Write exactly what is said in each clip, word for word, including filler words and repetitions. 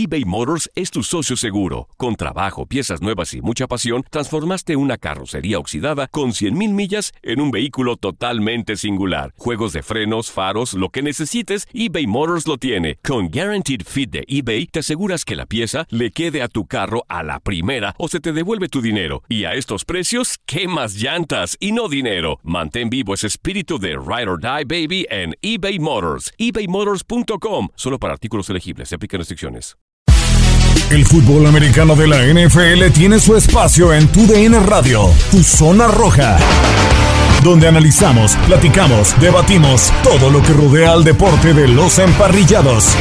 eBay Motors es tu socio seguro. Con trabajo, piezas nuevas y mucha pasión, transformaste una carrocería oxidada con cien mil millas en un vehículo totalmente singular. Juegos de frenos, faros, lo que necesites, eBay Motors lo tiene. Con Guaranteed Fit de eBay, te aseguras que la pieza le quede a tu carro a la primera o se te devuelve tu dinero. Y a estos precios, ¿qué más llantas y no dinero? Mantén vivo ese espíritu de Ride or Die, baby, en eBay Motors. ebay motors punto com. Solo para artículos elegibles. Se aplican restricciones. El fútbol americano de la N F L tiene su espacio en Tu D N Radio, Tu Zona Roja, donde analizamos, platicamos, debatimos todo lo que rodea al deporte de los emparrillados.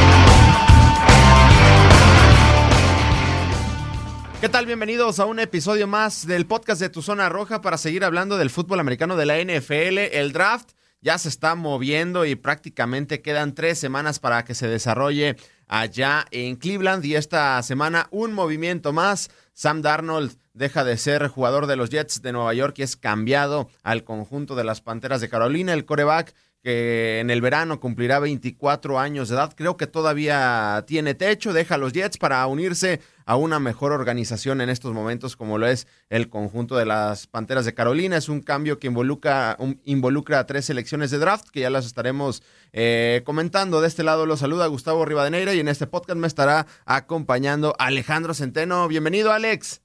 ¿Qué tal? Bienvenidos a un episodio más del podcast de Tu Zona Roja para seguir hablando del fútbol americano de la N F L. El draft ya se está moviendo y prácticamente quedan tres semanas para que se desarrolle allá en Cleveland, y esta semana un movimiento más. Sam Darnold deja de ser jugador de los Jets de Nueva York y es cambiado al conjunto de las Panteras de Carolina. El quarterback, que en el verano cumplirá veinticuatro años de edad, creo que todavía tiene techo, deja a los Jets para unirse a una mejor organización en estos momentos como lo es el conjunto de las Panteras de Carolina. Es un cambio que involucra, un, involucra a tres selecciones de draft que ya las estaremos eh, comentando. De este lado los saluda Gustavo Rivadeneira y en este podcast me estará acompañando Alejandro Centeno. Bienvenido, Alex.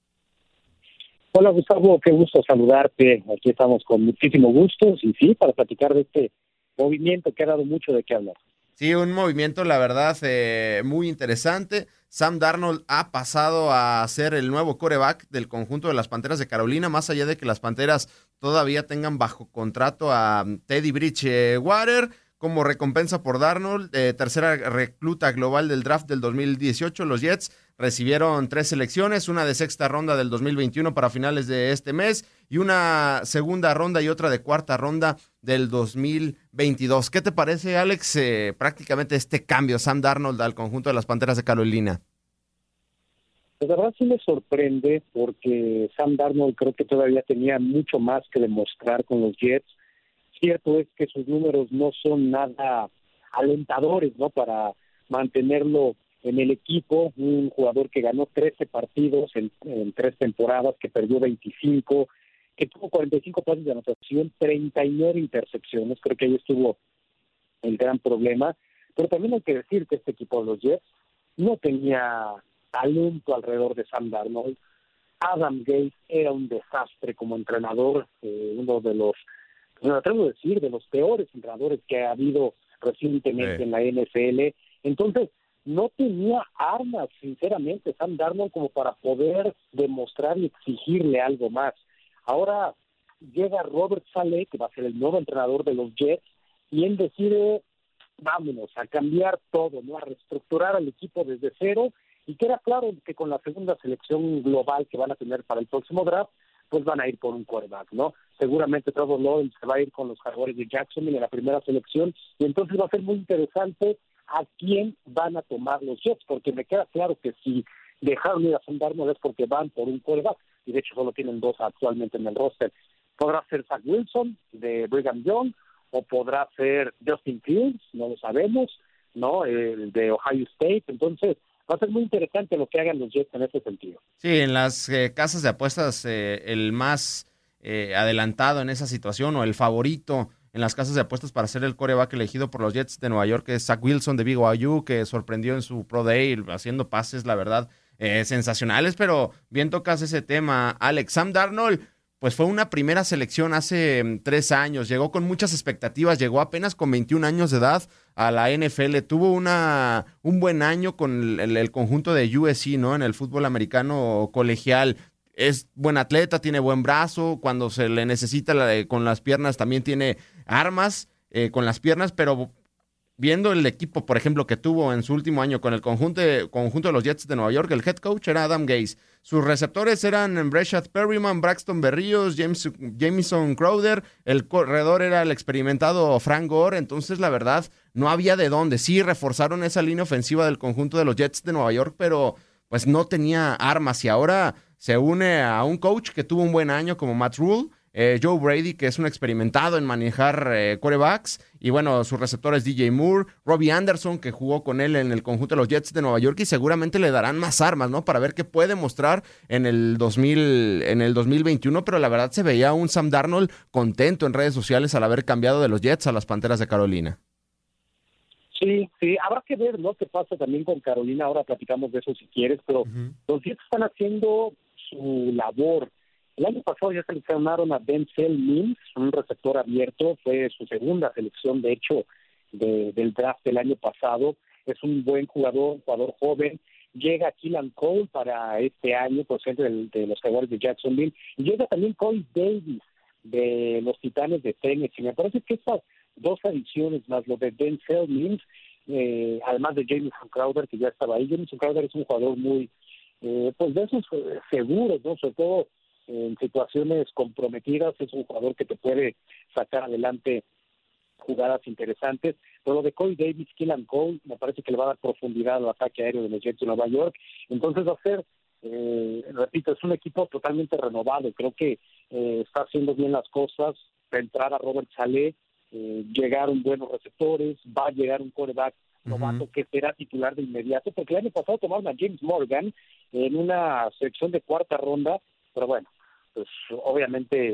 Hola Gustavo, qué gusto saludarte. Aquí estamos con muchísimo gusto y sí, para platicar de este movimiento que ha dado mucho de qué hablar. Sí, un movimiento, la verdad, eh, muy interesante. Sam Darnold ha pasado a ser el nuevo quarterback del conjunto de las Panteras de Carolina, más allá de que las Panteras todavía tengan bajo contrato a Teddy Bridgewater como recompensa por Darnold, eh, tercera recluta global del draft del dos mil dieciocho. Los Jets recibieron tres selecciones, una de sexta ronda del dos mil veintiuno para finales de este mes y una segunda ronda y otra de cuarta ronda del dos mil veintidós. ¿Qué te parece, Alex, eh, prácticamente este cambio, Sam Darnold al conjunto de las Panteras de Carolina? Pues la verdad sí me sorprende porque Sam Darnold creo que todavía tenía mucho más que demostrar con los Jets. Cierto es que sus números no son nada alentadores, ¿no? Para mantenerlo en el equipo, un jugador que ganó trece partidos en, en tres temporadas, que perdió veinticinco, que tuvo cuarenta y cinco pases de anotación, treinta y nueve intercepciones. Creo que ahí estuvo el gran problema. Pero también hay que decir que este equipo de los Jets no tenía talento alrededor de Sam Darnold. Adam Gase era un desastre como entrenador, eh, uno de los, me atrevo a decir, de los peores entrenadores que ha habido recientemente sí. en la N F L. Entonces, no tenía armas, sinceramente, Sam Darnold, como para poder demostrar y exigirle algo más. Ahora llega Robert Saleh, que va a ser el nuevo entrenador de los Jets, y él decide, vámonos, a cambiar todo, ¿no? A reestructurar al equipo desde cero, y queda claro que con la segunda selección global que van a tener para el próximo draft, pues van a ir por un quarterback, ¿no? Seguramente Trevor Lawrence se va a ir con los Jaguares de Jacksonville en la primera selección, y entonces va a ser muy interesante a quién van a tomar los Jets, porque me queda claro que si dejaron ir a Sam Darnold es porque van por un quarterback, y de hecho solo tienen dos actualmente en el roster. Podrá ser Zach Wilson de Brigham Young, o podrá ser Justin Fields, no lo sabemos, ¿no? El de Ohio State. Entonces va a ser muy interesante lo que hagan los Jets en ese sentido. Sí, en las eh, casas de apuestas, eh, el más eh, adelantado en esa situación, o el favorito en las casas de apuestas para ser el quarterback elegido por los Jets de Nueva York, que es Zach Wilson de B Y U, que sorprendió en su Pro Day haciendo pases, la verdad, eh, sensacionales. Pero bien tocas ese tema, Alex. Sam Darnold, pues fue una primera selección hace um, tres años, llegó con muchas expectativas, llegó apenas con veintiún años de edad a la N F L, tuvo una un buen año con el, el, el conjunto de U S C, ¿no? En el fútbol americano colegial. Es buen atleta, tiene buen brazo, cuando se le necesita la, con las piernas también tiene armas eh, con las piernas, pero viendo el equipo, por ejemplo, que tuvo en su último año con el conjunto de, conjunto de los Jets de Nueva York, el head coach era Adam Gase. Sus receptores eran Breshad Perryman, Braxton Berríos, James, Jamison Crowder, el corredor era el experimentado Frank Gore. Entonces, la verdad, no había de dónde. Sí, reforzaron esa línea ofensiva del conjunto de los Jets de Nueva York, pero pues no tenía armas, y ahora se une a un coach que tuvo un buen año como Matt Rule, eh, Joe Brady, que es un experimentado en manejar eh, quarterbacks, y bueno, sus receptores D J Moore, Robbie Anderson, que jugó con él en el conjunto de los Jets de Nueva York, y seguramente le darán más armas, ¿no? Para ver qué puede mostrar en el dos mil, en el dos mil veintiuno, pero la verdad se veía un Sam Darnold contento en redes sociales al haber cambiado de los Jets a las Panteras de Carolina. Sí, sí, habrá que ver, ¿no? Qué pasa también con Carolina, ahora platicamos de eso si quieres, pero uh-huh. los Jets están haciendo su labor. El año pasado ya seleccionaron a Denzel Mims, un receptor abierto, fue su segunda selección, de hecho, de, del draft del año pasado. Es un buen jugador, un jugador joven. Llega Keelan Cole para este año, procedente del, de los Jaguares de Jacksonville. Y llega también Corey Davis, de los Titanes de Tennessee. Me parece que estas dos adiciones más lo de Denzel Mims, eh, además de Jamison Crowder, que ya estaba ahí. Jamison Crowder es un jugador muy, eh, pues de esos seguros, ¿no? Sobre todo en situaciones comprometidas, es un jugador que te puede sacar adelante jugadas interesantes. Pero lo de Corey Davis, Keelan Cole, me parece que le va a dar profundidad al ataque aéreo de los Jets de Nueva York. Entonces va a ser, eh, repito, es un equipo totalmente renovado. Creo que eh, está haciendo bien las cosas. Va a entrar a Robert Saleh, eh, llegaron buenos receptores, va a llegar un quarterback novato uh-huh. que será titular de inmediato, porque el año pasado tomaron a James Morgan en una selección de cuarta ronda, pero bueno, pues obviamente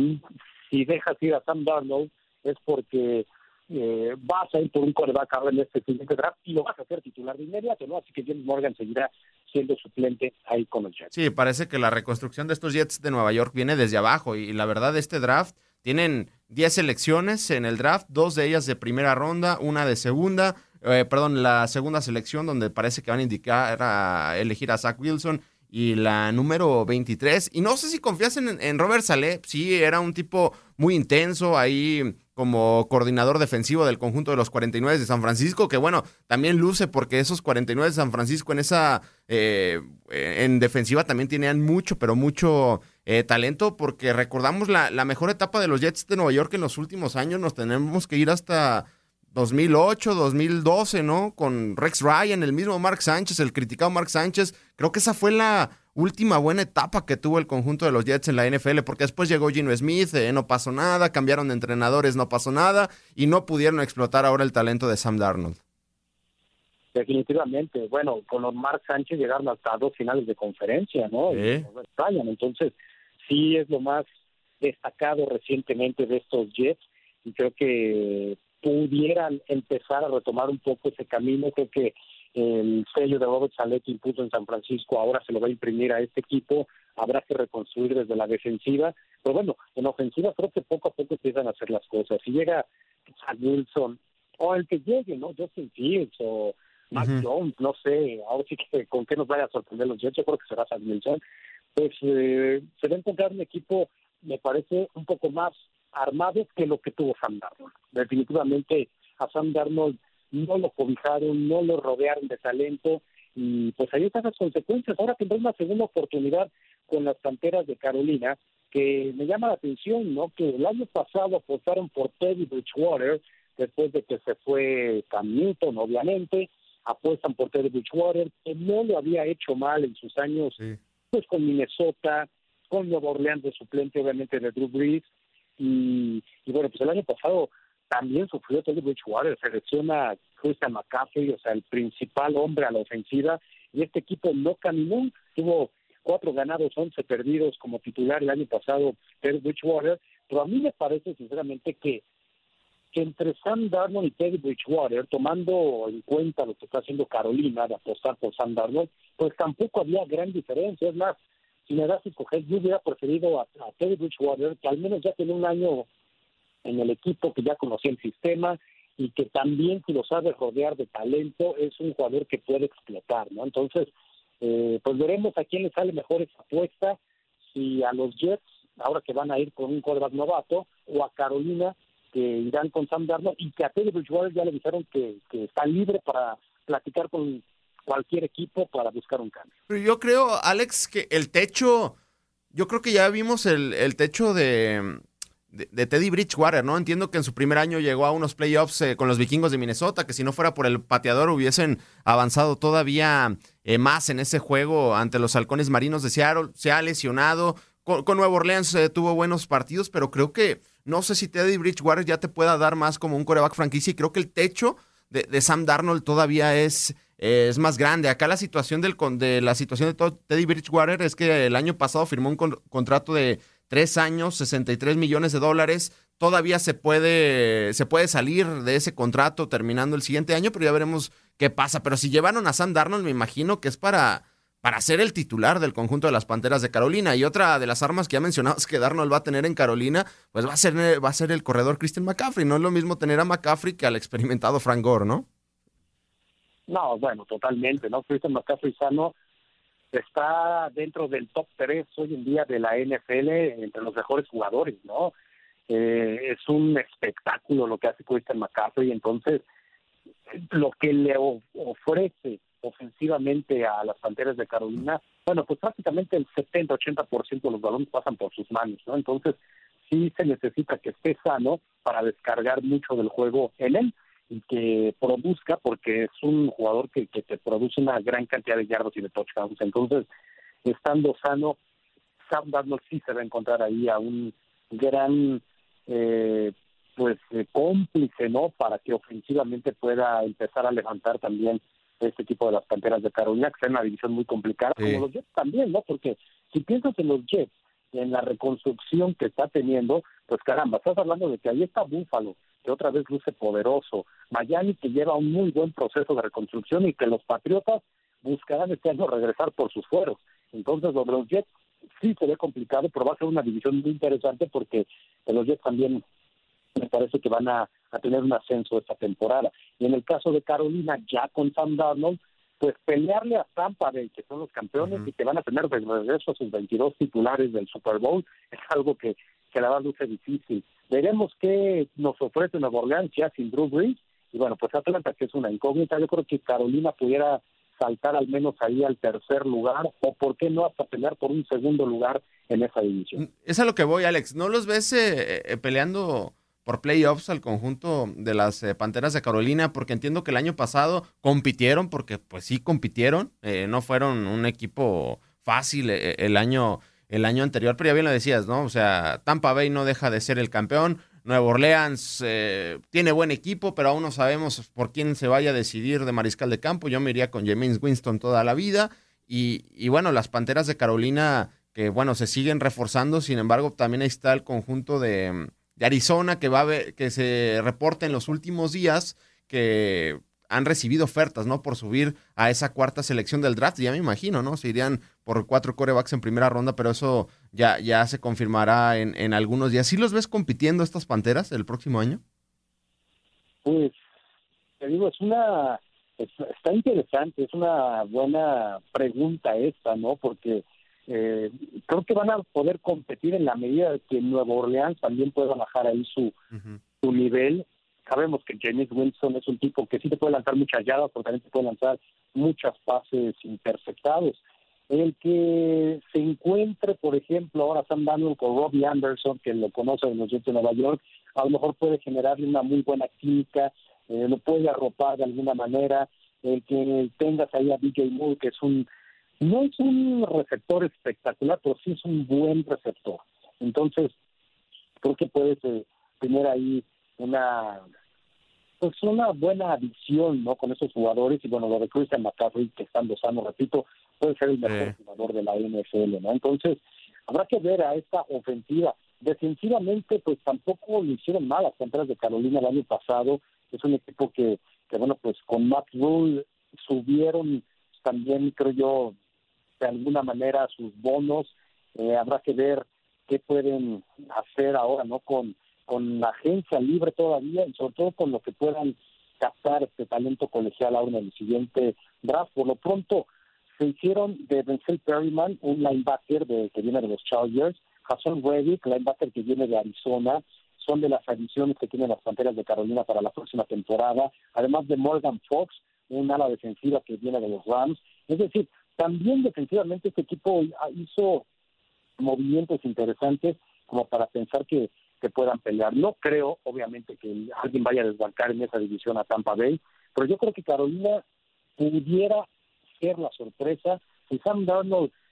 si dejas ir a Sam Darnold es porque eh, vas a ir por un quarterback ahora en este siguiente draft y lo vas a hacer titular de inmediato, ¿no? Así que James Morgan seguirá siendo suplente ahí con los Jets. Sí, parece que la reconstrucción de estos Jets de Nueva York viene desde abajo y la verdad este draft tienen diez selecciones en el draft, dos de ellas de primera ronda, una de segunda, eh, perdón, la segunda selección donde parece que van a indicar a elegir a Zach Wilson, y la número veintitrés, y no sé si confías en, en Robert Saleh. Sí, era un tipo muy intenso ahí como coordinador defensivo del conjunto de los cuarenta y nueve de San Francisco, que bueno, también luce porque esos cuarenta y nueve de San Francisco en esa eh, en defensiva también tenían mucho, pero mucho eh, talento, porque recordamos la, la mejor etapa de los Jets de Nueva York en los últimos años, nos tenemos que ir hasta dos mil ocho, dos mil doce, ¿no? Con Rex Ryan, el mismo Mark Sánchez, el criticado Mark Sánchez. Creo que esa fue la última buena etapa que tuvo el conjunto de los Jets en la N F L, porque después llegó Geno Smith, eh, no pasó nada, cambiaron de entrenadores, no pasó nada, y no pudieron explotar ahora el talento de Sam Darnold. Definitivamente. Bueno, con los Mark Sánchez llegaron hasta dos finales de conferencia, ¿no? ¿Eh? Entonces, sí es lo más destacado recientemente de estos Jets, y creo que pudieran empezar a retomar un poco ese camino. Creo que el sello de Robert Saleh que impuso en San Francisco ahora se lo va a imprimir a este equipo. Habrá que reconstruir desde la defensiva, pero bueno, en ofensiva creo que poco a poco empiezan a hacer las cosas. Si llega Zach Wilson, o el que llegue, ¿no? Justin Fields o Mac uh-huh. Jones, no sé, ahora sí que con qué nos vaya a sorprender los Jets, yo creo que será Zach Wilson, pues eh, se va a encontrar un equipo, me parece, un poco más armados que lo que tuvo Sam Darnold. Definitivamente a Sam Darnold no lo cobijaron, no lo rodearon de talento, y pues ahí están las consecuencias. Ahora tendrá una segunda oportunidad con las Panteras de Carolina, que me llama la atención, ¿no? Que el año pasado apostaron por Teddy Bridgewater, después de que se fue Cam Newton, obviamente, apuestan por Teddy Bridgewater, que no lo había hecho mal en sus años, sí. pues con Minnesota, con Nueva Orleans de suplente, obviamente, de Drew Brees. Y, y bueno, pues el año pasado también sufrió Teddy Bridgewater, se lesiona Christian McCaffrey, o sea, el principal hombre a la ofensiva, y este equipo no caminó, tuvo cuatro ganados, once perdidos como titular el año pasado Teddy Bridgewater, pero a mí me parece sinceramente que, que entre Sam Darnold y Teddy Bridgewater, tomando en cuenta lo que está haciendo Carolina de apostar por Sam Darnold, pues tampoco había gran diferencia. Es más, si me das a escoger, yo hubiera preferido a, a Teddy Bridgewater, que al menos ya tiene un año en el equipo, que ya conocía el sistema y que también, si lo sabe rodear de talento, es un jugador que puede explotar, ¿no? Entonces, eh, pues veremos a quién le sale mejor esa apuesta, si a los Jets, ahora que van a ir con un quarterback novato, o a Carolina, que irán con Sam Darnold, y que a Teddy Bridgewater ya le dijeron que, que está libre para platicar con cualquier equipo para buscar un cambio. Pero yo creo, Alex, que el techo, yo creo que ya vimos el, el techo de, de, de Teddy Bridgewater, ¿no? Entiendo que en su primer año llegó a unos playoffs eh, con los Vikingos de Minnesota, que si no fuera por el pateador hubiesen avanzado todavía eh, más en ese juego ante los Halcones Marinos de Seattle. Se ha lesionado, con, con Nueva Orleans eh, tuvo buenos partidos, pero creo que, no sé si Teddy Bridgewater ya te pueda dar más como un quarterback franquicia, y creo que el techo de, de Sam Darnold todavía es, eh, es más grande. Acá la situación, del, de, la situación de todo, Teddy Bridgewater es que el año pasado firmó un con, contrato de tres años, sesenta y tres millones de dólares. Todavía se puede, se puede salir de ese contrato terminando el siguiente año, pero ya veremos qué pasa. Pero si llevaron a Sam Darnold, me imagino que es para, para ser el titular del conjunto de las Panteras de Carolina. Y otra de las armas que ya mencionabas que Darnold va a tener en Carolina, pues va a ser, va a ser el corredor Christian McCaffrey. No es lo mismo tener a McCaffrey que al experimentado Frank Gore, ¿no? No, bueno, totalmente, ¿no? Christian McCaffrey sano está dentro del top tres hoy en día de la N F L, entre los mejores jugadores, ¿no? Eh, es un espectáculo lo que hace Christian McCaffrey. Entonces, lo que le o- ofrece ofensivamente a las Panteras de Carolina, bueno, pues prácticamente el setenta ochenta por ciento de los balones pasan por sus manos, ¿no? Entonces, sí se necesita que esté sano para descargar mucho del juego en él y que produzca, porque es un jugador que, que te produce una gran cantidad de yardas y de touchdowns. Entonces, estando sano, Sam Darnold sí se va a encontrar ahí a un gran eh, pues eh, cómplice, ¿no? Para que ofensivamente pueda empezar a levantar también este equipo de las Panteras de Carolina, que es una división muy complicada, Sí. como los Jets también, ¿no? Porque si piensas en los Jets, en la reconstrucción que está teniendo, pues caramba, estás hablando de que ahí está Buffalo, que otra vez luce poderoso, Miami, que lleva un muy buen proceso de reconstrucción, y que los Patriotas buscarán este año regresar por sus fueros. Entonces, lo de los Jets sí se ve complicado, pero va a ser una división muy interesante, porque los Jets también me parece que van a, a tener un ascenso esta temporada. Y en el caso de Carolina, ya con Sam Darnold, pues pelearle a Tampa Bay, que son los campeones, uh-huh, y que van a tener de regreso a sus veintidós titulares del Super Bowl, es algo que, que la verdad luce difícil. Veremos qué nos ofrece Nueva Orleans ya sin Drew Brees, y bueno, pues Atlanta, que es una incógnita. Yo creo que Carolina pudiera saltar al menos ahí al tercer lugar, o por qué no hasta pelear por un segundo lugar en esa división. Es a lo que voy, Alex. ¿No los ves eh, eh, peleando por playoffs al conjunto de las eh, Panteras de Carolina? Porque entiendo que el año pasado compitieron, porque pues sí compitieron, eh, no fueron un equipo fácil eh, el año el año anterior, pero ya bien lo decías, ¿no? O sea, Tampa Bay no deja de ser el campeón, Nueva Orleans eh, tiene buen equipo, pero aún no sabemos por quién se vaya a decidir de mariscal de campo. Yo me iría con Jameis Winston toda la vida, y, y bueno, las Panteras de Carolina, que bueno, se siguen reforzando. Sin embargo, también ahí está el conjunto de de Arizona, que va a ver, que se reporta en los últimos días que han recibido ofertas, ¿no? Por subir a esa cuarta selección del draft. Ya me imagino, ¿no? Se irían por cuatro quarterbacks en primera ronda, pero eso ya, ya se confirmará en, en algunos días. ¿Sí los ves compitiendo estas Panteras el próximo año? Pues, te digo, es una, es, está interesante, es una buena pregunta esta, ¿no? Porque Eh, creo que van a poder competir en la medida de que Nueva Orleans también pueda bajar ahí su, uh-huh. su nivel. Sabemos que Jameis Winston es un tipo que sí te puede lanzar muchas yardas, pero también te puede lanzar muchas pases interceptados. El que se encuentre, por ejemplo, ahora Sam Darnold con Robbie Anderson, que lo conoce en los Jets de Nueva York, a lo mejor puede generarle una muy buena química, eh, lo puede arropar de alguna manera. El que tengas ahí a D J Moore, que es un no es un receptor espectacular, pero sí es un buen receptor. Entonces, creo que puedes eh, tener ahí una pues una buena adición, ¿no? Con esos jugadores. Y bueno, lo de Christian McCaffrey, que estando sano, repito, puede ser el mejor sí. jugador de la N F L, ¿no? Entonces, habrá que ver a esta ofensiva. Defensivamente, pues tampoco lo hicieron mal las Panteras de Carolina el año pasado. Es un equipo que, que bueno, pues con Matt Rule subieron también, creo yo, de alguna manera sus bonos. Eh, habrá que ver qué pueden hacer ahora, ¿no? Con, con la agencia libre todavía, y sobre todo con lo que puedan captar este talento colegial ahora en el siguiente draft. Por lo pronto, se hicieron de Denzel Perryman, un linebacker de, que viene de los Chargers, Hassan Reddick, linebacker que viene de Arizona, son de las adiciones que tienen las Panteras de Carolina para la próxima temporada, además de Morgan Fox, un ala defensiva que viene de los Rams. Es decir, también defensivamente este equipo hizo movimientos interesantes como para pensar que, que puedan pelear. No creo, obviamente, que alguien vaya a desbancar en esa división a Tampa Bay, pero yo creo que Carolina pudiera ser la sorpresa si Sam Darnold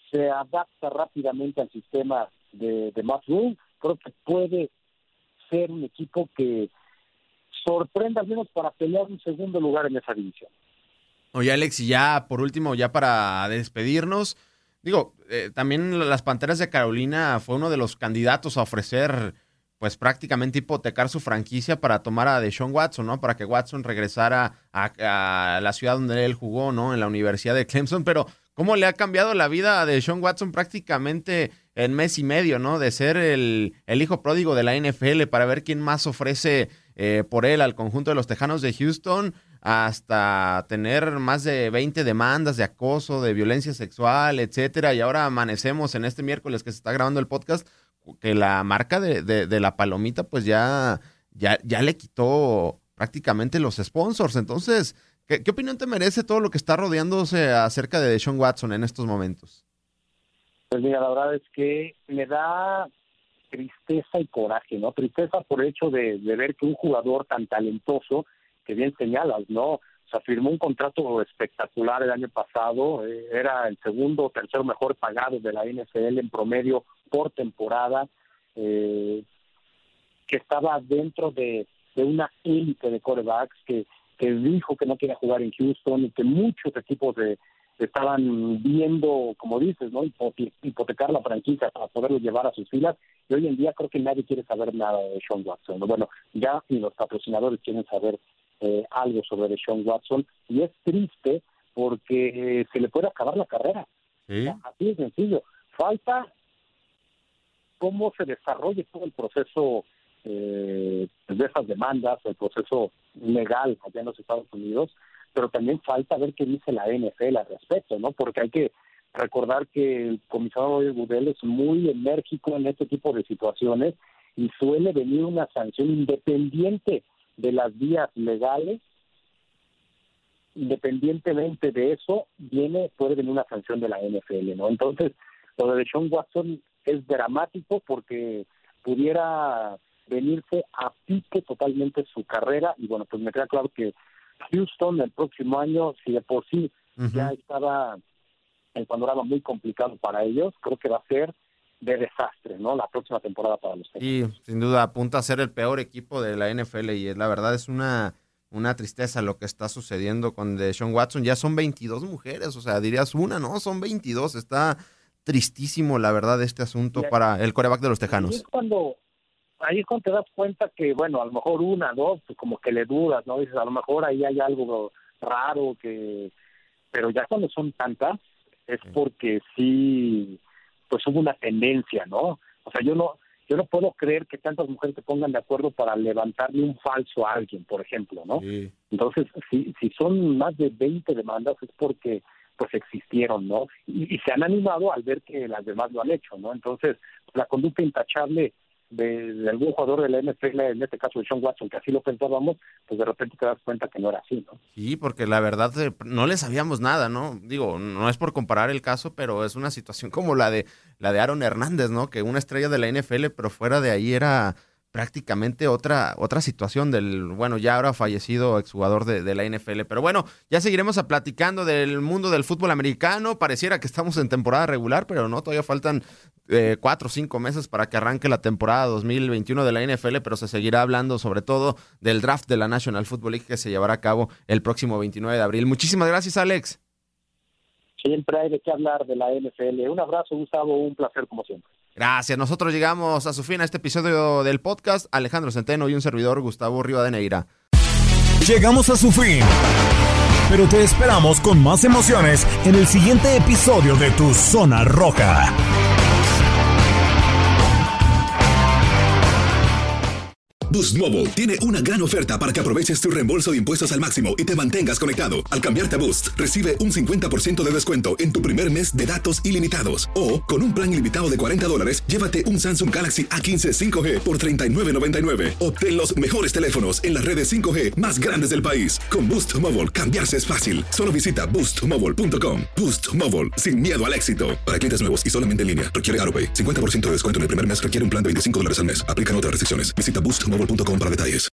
se adapta rápidamente al sistema de, de Matt Rhule, creo que puede ser un equipo que sorprenda al menos para pelear un segundo lugar en esa división. Oye, Alex, y ya por último, ya para despedirnos, digo, eh, también las Panteras de Carolina fue uno de los candidatos a ofrecer, pues prácticamente hipotecar su franquicia para tomar a Deshaun Watson, ¿no? Para que Watson regresara a, a la ciudad donde él jugó, ¿no? En la Universidad de Clemson, pero ¿cómo le ha cambiado la vida a Deshaun Watson prácticamente en mes y medio, ¿no? De ser el, el hijo pródigo de la N F L para ver quién más ofrece eh, por él al conjunto de los Tejanos de Houston, hasta tener más de veinte demandas de acoso, de violencia sexual, etcétera, y ahora amanecemos en este miércoles que se está grabando el podcast, que la marca de, de, de la palomita pues ya, ya, ya le quitó prácticamente los sponsors. Entonces, ¿qué, ¿qué opinión te merece todo lo que está rodeándose acerca de Deshaun Watson en estos momentos? Pues mira, la verdad es que me da tristeza y coraje, ¿no? Tristeza por el hecho de, de ver que un jugador tan talentoso, que bien señalas, ¿no? O sea, firmó un contrato espectacular el año pasado, eh, era el segundo o tercero mejor pagado de la N F L en promedio por temporada, eh, que estaba dentro de, de una élite de quarterbacks, que, que dijo que no quería jugar en Houston y que muchos equipos de, estaban viendo, como dices, ¿no? hipotecar la franquicia para poderlo llevar a sus filas, y hoy en día creo que nadie quiere saber nada de Deshaun Watson. Bueno, ya ni los patrocinadores quieren saber eh, algo sobre Deshaun Watson, y es triste porque eh, se le puede acabar la carrera. ¿Sí? O sea, así de sencillo. Falta cómo se desarrolle todo el proceso eh, de esas demandas, el proceso legal allá en los Estados Unidos, pero también falta ver qué dice la N F L al respecto, ¿no? Porque hay que recordar que el comisionado Goodell es muy enérgico en este tipo de situaciones y suele venir una sanción independiente de las vías legales. Independientemente de eso, viene puede venir una sanción de la N F L, ¿no? Entonces, lo de Deshaun Watson es dramático porque pudiera venirse a pique totalmente su carrera, y bueno, pues me queda claro que Houston el próximo año, si de por sí uh-huh. ya estaba el panorama muy complicado para ellos, creo que va a ser de desastre, ¿no? La próxima temporada para los Texans. Sí, sin duda apunta a ser el peor equipo de la N F L, y la verdad es una, una tristeza lo que está sucediendo con Deshaun Watson. Ya son veintidós mujeres, o sea, dirías una, ¿no? Son veintidós, está tristísimo la verdad este asunto ahí, para el quarterback de los Tejanos. Ahí es cuando, ahí es cuando te das cuenta que, bueno, a lo mejor una, dos, pues como que le dudas, ¿no? Dices, a lo mejor ahí hay algo raro, que pero ya cuando son tantas, es porque sí, pues hubo una tendencia, ¿no? O sea, yo no yo no puedo creer que tantas mujeres se pongan de acuerdo para levantarle un falso a alguien, por ejemplo, ¿no? Sí. Entonces, si, si son más de veinte demandas es porque pues existieron, ¿no? Y, y se han animado al ver que las demás lo han hecho, ¿no? Entonces, la conducta intachable de, de algún jugador de la N F L, en este caso de Deshaun Watson, que así lo pensábamos, pues de repente te das cuenta que no era así, ¿no? Sí, porque la verdad no le sabíamos nada, ¿no? Digo, no es por comparar el caso, pero es una situación como la de la de Aaron Hernández, ¿no? Que una estrella de la N F L, pero fuera de ahí era prácticamente otra otra situación del, bueno, ya ahora fallecido exjugador de, de la N F L. Pero bueno, ya seguiremos a platicando del mundo del fútbol americano. Pareciera que estamos en temporada regular, pero no, todavía faltan eh, cuatro o cinco meses para que arranque la temporada dos mil veintiuno de la N F L, pero se seguirá hablando sobre todo del draft de la National Football League que se llevará a cabo el próximo veintinueve de abril. Muchísimas gracias, Alex. Siempre hay de qué hablar de la N F L. Un abrazo, Gustavo, un placer como siempre. Gracias. Nosotros llegamos a su fin a este episodio del podcast. Alejandro Centeno y un servidor, Gustavo Rivadeneira. Llegamos a su fin, pero te esperamos con más emociones en el siguiente episodio de Tu Zona Roja. Boost Mobile tiene una gran oferta para que aproveches tu reembolso de impuestos al máximo y te mantengas conectado. Al cambiarte a Boost, recibe un cincuenta por ciento de descuento en tu primer mes de datos ilimitados. O, con un plan ilimitado de cuarenta dólares, llévate un Samsung Galaxy A quince cinco G por treinta y nueve noventa y nueve. Obtén los mejores teléfonos en las redes cinco G más grandes del país. Con Boost Mobile, cambiarse es fácil. Solo visita boost mobile punto com. Boost Mobile, sin miedo al éxito. Para clientes nuevos y solamente en línea, requiere AutoPay. cincuenta por ciento de descuento en el primer mes requiere un plan de veinticinco dólares al mes. Aplican otras restricciones. Visita boost mobile punto com para detalles.